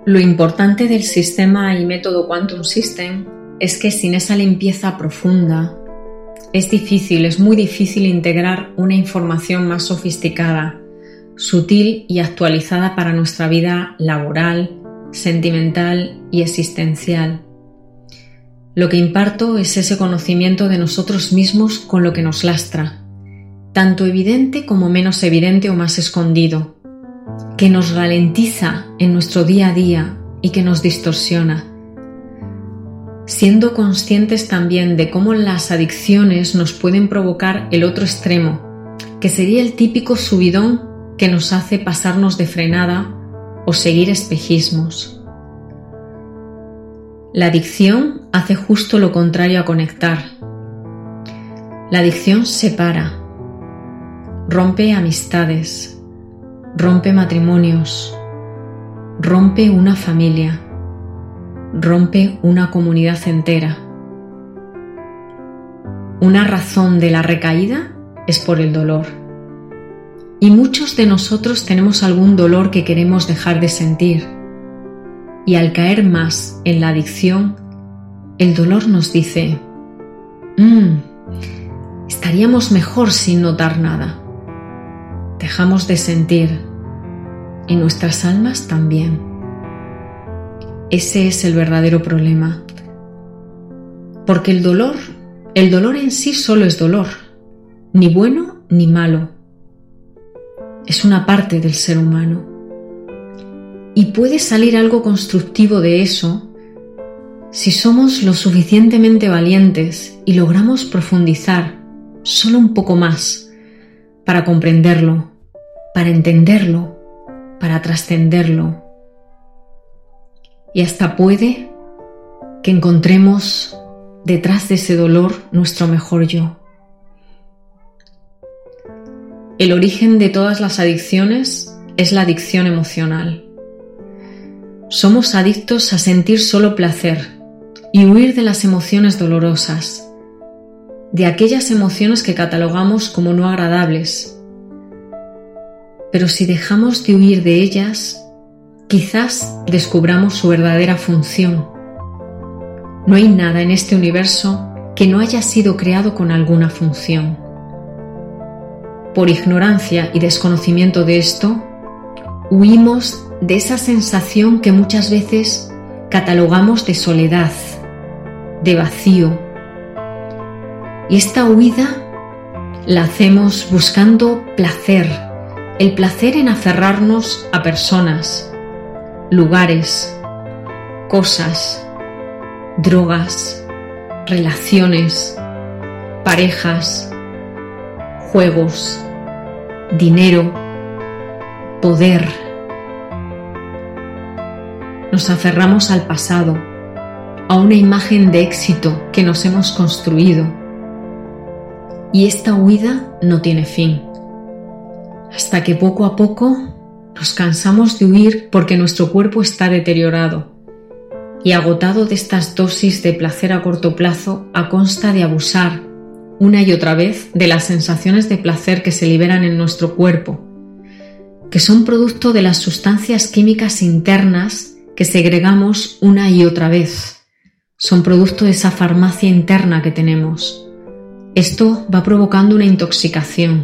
Lo importante del sistema y método Quantum System es que sin esa limpieza profunda es muy difícil integrar una información más sofisticada, sutil y actualizada para nuestra vida laboral, sentimental y existencial. Lo que imparto es ese conocimiento de nosotros mismos con lo que nos lastra, tanto evidente como menos evidente o más escondido, que nos ralentiza en nuestro día a día y que nos distorsiona. Siendo conscientes también de cómo las adicciones nos pueden provocar el otro extremo, que sería el típico subidón que nos hace pasarnos de frenada o seguir espejismos. La adicción hace justo lo contrario a conectar. La adicción separa, rompe amistades, rompe matrimonios, rompe una familia, rompe una comunidad entera. Una razón de la recaída es por el dolor. Y muchos de nosotros tenemos algún dolor que queremos dejar de sentir. Y al caer más en la adicción, el dolor nos dice: estaríamos mejor sin notar nada. Dejamos de sentir, y nuestras almas también. Ese es el verdadero problema. Porque el dolor en sí solo es dolor, ni bueno ni malo. Es una parte del ser humano. Y puede salir algo constructivo de eso si somos lo suficientemente valientes y logramos profundizar solo un poco más para comprenderlo, para entenderlo, para trascenderlo. Y hasta puede que encontremos detrás de ese dolor nuestro mejor yo. El origen de todas las adicciones es la adicción emocional. Somos adictos a sentir solo placer y huir de las emociones dolorosas, de aquellas emociones que catalogamos como no agradables. Pero si dejamos de huir de ellas, quizás descubramos su verdadera función. No hay nada en este universo que no haya sido creado con alguna función. Por ignorancia y desconocimiento de esto, huimos de esa sensación que muchas veces catalogamos de soledad, de vacío. Y esta huida la hacemos buscando placer, el placer en aferrarnos a personas, lugares, cosas, drogas, relaciones, parejas, juegos, dinero, poder. Nos aferramos al pasado, a una imagen de éxito que nos hemos construido. Y esta huida no tiene fin, hasta que poco a poco nos cansamos de huir porque nuestro cuerpo está deteriorado y agotado de estas dosis de placer a corto plazo a consta de abusar una y otra vez de las sensaciones de placer que se liberan en nuestro cuerpo, que son producto de las sustancias químicas internas que segregamos una y otra vez. Son producto de esa farmacia interna que tenemos. Esto va provocando una intoxicación.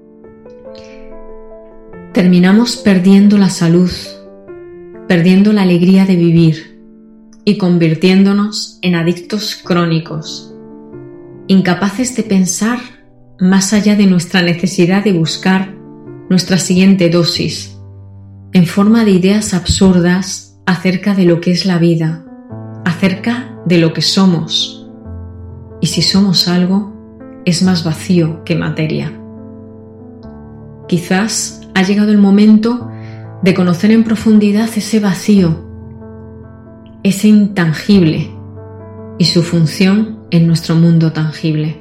Terminamos perdiendo la salud, perdiendo la alegría de vivir y convirtiéndonos en adictos crónicos, incapaces de pensar más allá de nuestra necesidad de buscar nuestra siguiente dosis, en forma de ideas absurdas acerca de lo que es la vida, acerca de lo que somos. Y si somos algo, es más vacío que materia. Quizás ha llegado el momento de conocer en profundidad ese vacío, ese intangible y su función en nuestro mundo tangible.